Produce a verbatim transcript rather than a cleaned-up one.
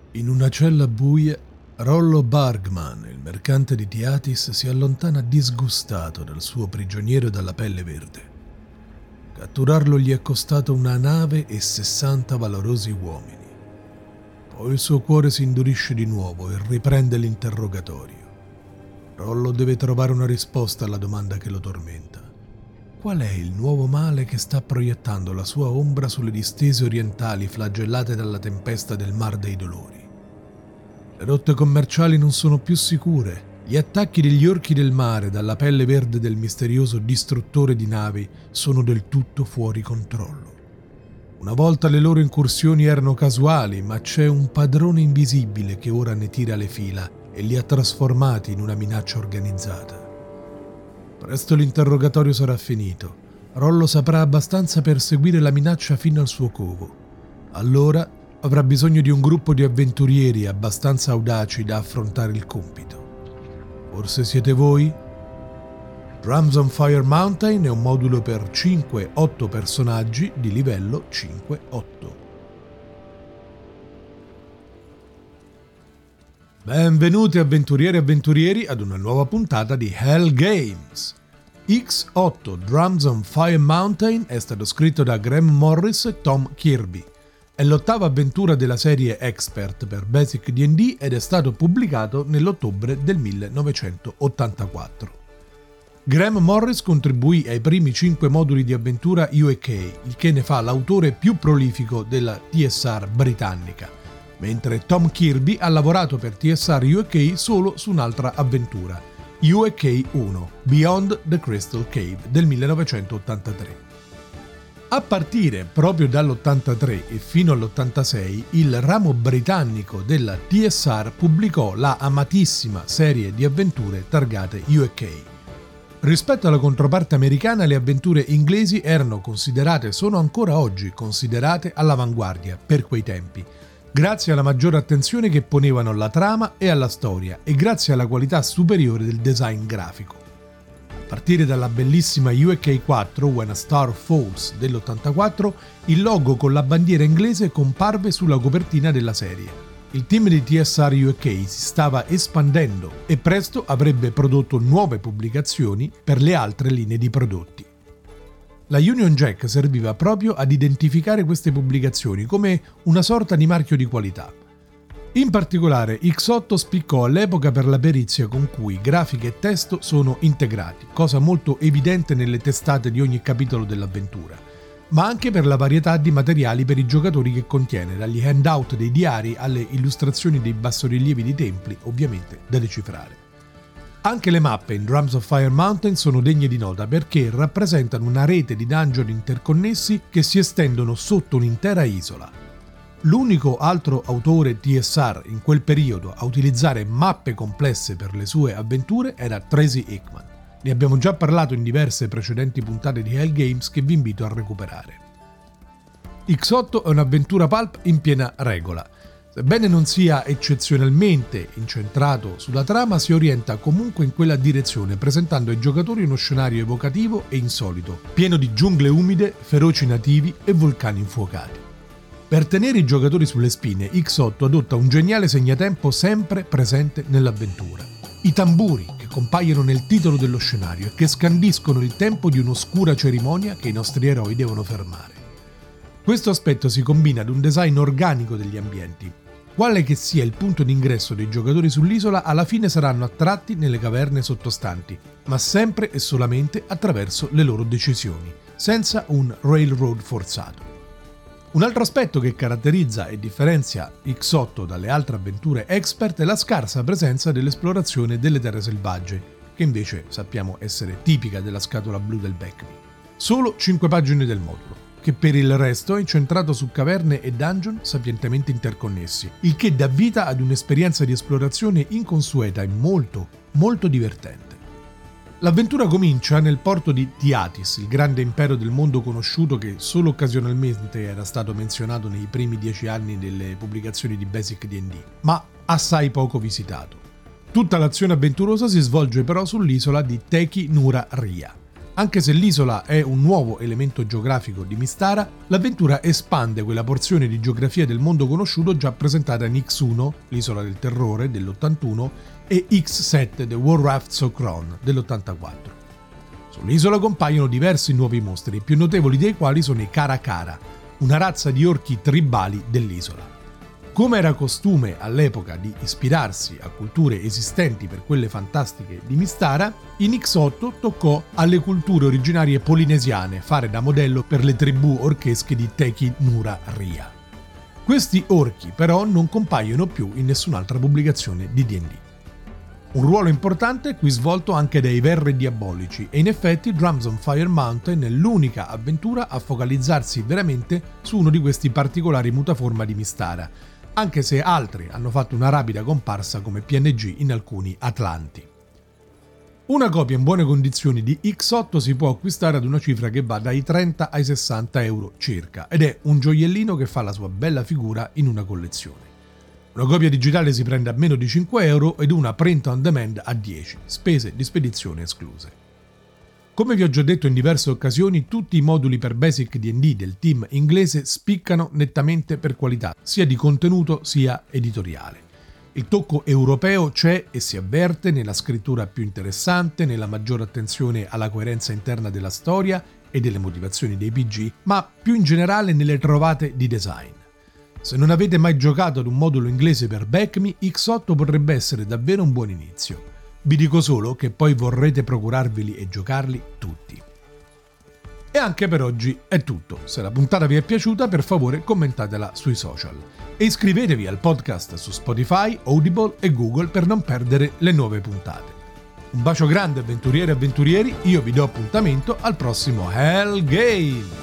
In una cella buia, Rollo Bargman, il mercante di Tiatis, si allontana disgustato dal suo prigioniero dalla pelle verde. Catturarlo gli è costato una nave e sessanta valorosi uomini. Poi il suo cuore si indurisce di nuovo e riprende l'interrogatorio. Rollo deve trovare una risposta alla domanda che lo tormenta. Qual è il nuovo male che sta proiettando la sua ombra sulle distese orientali flagellate dalla tempesta del Mar dei Dolori? Le rotte commerciali non sono più sicure. Gli attacchi degli orchi del mare dalla pelle verde del misterioso distruttore di navi sono del tutto fuori controllo. Una volta le loro incursioni erano casuali, ma c'è un padrone invisibile che ora ne tira le fila e li ha trasformati in una minaccia organizzata. Presto l'interrogatorio sarà finito. Rollo saprà abbastanza per seguire la minaccia fino al suo covo. Allora avrà bisogno di un gruppo di avventurieri abbastanza audaci da affrontare il compito. Forse siete voi? Drums on Fire Mountain è un modulo per cinque otto personaggi di livello cinque otto. Benvenuti avventurieri e avventurieri ad una nuova puntata di Hell Games. X otto Drums on Fire Mountain è stato scritto da Graham Morris e Tom Kirby. È l'ottava avventura della serie Expert per Basic D and D ed è stato pubblicato nell'ottobre del millenovecentottantaquattro. Graham Morris contribuì ai primi cinque moduli di avventura U K, il che ne fa l'autore più prolifico della T S R britannica, mentre Tom Kirby ha lavorato per T S R U K solo su un'altra avventura, U K uno, Beyond the Crystal Cave del millenovecentottantatré. A partire proprio dall'ottantatré e fino all'ottantasei, il ramo britannico della T S R pubblicò la amatissima serie di avventure targate U K. Rispetto alla controparte americana, le avventure inglesi erano considerate e sono ancora oggi considerate all'avanguardia per quei tempi, grazie alla maggiore attenzione che ponevano alla trama e alla storia e grazie alla qualità superiore del design grafico. A partire dalla bellissima U K quattro When a Star Falls dell'ottantaquattro, il logo con la bandiera inglese comparve sulla copertina della serie. Il team di T S R U K si stava espandendo e presto avrebbe prodotto nuove pubblicazioni per le altre linee di prodotti. La Union Jack serviva proprio ad identificare queste pubblicazioni come una sorta di marchio di qualità. In particolare X otto spiccò all'epoca per la perizia con cui grafica e testo sono integrati, cosa molto evidente nelle testate di ogni capitolo dell'avventura, ma anche per la varietà di materiali per i giocatori che contiene, dagli handout dei diari alle illustrazioni dei bassorilievi di templi, ovviamente da decifrare. Anche le mappe in Drums of Fire Mountain sono degne di nota perché rappresentano una rete di dungeon interconnessi che si estendono sotto un'intera isola. L'unico altro autore T S R in quel periodo a utilizzare mappe complesse per le sue avventure era Tracy Hickman. Ne abbiamo già parlato in diverse precedenti puntate di Hell Games che vi invito a recuperare. X otto è un'avventura pulp in piena regola. Sebbene non sia eccezionalmente incentrato sulla trama, si orienta comunque in quella direzione, presentando ai giocatori uno scenario evocativo e insolito, pieno di giungle umide, feroci nativi e vulcani infuocati. Per tenere i giocatori sulle spine, X otto adotta un geniale segnatempo sempre presente nell'avventura. I tamburi che compaiono nel titolo dello scenario e che scandiscono il tempo di un'oscura cerimonia che i nostri eroi devono fermare. Questo aspetto si combina ad un design organico degli ambienti. Quale che sia il punto d'ingresso dei giocatori sull'isola, alla fine saranno attratti nelle caverne sottostanti, ma sempre e solamente attraverso le loro decisioni, senza un railroad forzato. Un altro aspetto che caratterizza e differenzia X otto dalle altre avventure expert è la scarsa presenza dell'esplorazione delle terre selvagge, che invece sappiamo essere tipica della scatola blu del Beckby. Solo cinque pagine del modulo, che per il resto è incentrato su caverne e dungeon sapientemente interconnessi, il che dà vita ad un'esperienza di esplorazione inconsueta e molto, molto divertente. L'avventura comincia nel porto di Tiatis, il grande impero del mondo conosciuto che solo occasionalmente era stato menzionato nei primi dieci anni delle pubblicazioni di Basic D and D, ma assai poco visitato. Tutta l'azione avventurosa si svolge però sull'isola di Teki Nura Ria. Anche se l'isola è un nuovo elemento geografico di Mystara, l'avventura espande quella porzione di geografia del mondo conosciuto già presentata in X uno, l'Isola del Terrore dell'ottantuno, e X sette, The War Raft Sokron dell'ottantaquattro. Sull'isola compaiono diversi nuovi mostri, i più notevoli dei quali sono i Karakara, una razza di orchi tribali dell'isola. Come era costume all'epoca di ispirarsi a culture esistenti per quelle fantastiche di Mystara, in X otto toccò alle culture originarie polinesiane fare da modello per le tribù orchesche di Teki Nura Ria. Questi orchi però non compaiono più in nessun'altra pubblicazione di D and D. Un ruolo importante è qui svolto anche dai Verri Diabolici e in effetti Drums on Fire Mountain è l'unica avventura a focalizzarsi veramente su uno di questi particolari mutaforma di Mystara, anche se altri hanno fatto una rapida comparsa come P N G in alcuni Atlanti. Una copia in buone condizioni di X otto si può acquistare ad una cifra che va dai trenta ai sessanta euro circa ed è un gioiellino che fa la sua bella figura in una collezione. Una copia digitale si prende a meno di cinque euro ed una print on demand a dieci, spese di spedizione escluse. Come vi ho già detto in diverse occasioni, tutti i moduli per Basic D and D del team inglese spiccano nettamente per qualità, sia di contenuto sia editoriale. Il tocco europeo c'è e si avverte nella scrittura più interessante, nella maggiore attenzione alla coerenza interna della storia e delle motivazioni dei P G, ma più in generale nelle trovate di design. Se non avete mai giocato ad un modulo inglese per Backme, X otto potrebbe essere davvero un buon inizio. Vi dico solo che poi vorrete procurarveli e giocarli tutti. E anche per oggi è tutto. Se la puntata vi è piaciuta, per favore commentatela sui social. E iscrivetevi al podcast su Spotify, Audible e Google per non perdere le nuove puntate. Un bacio grande avventuriere e avventurieri, io vi do appuntamento al prossimo Hell Game!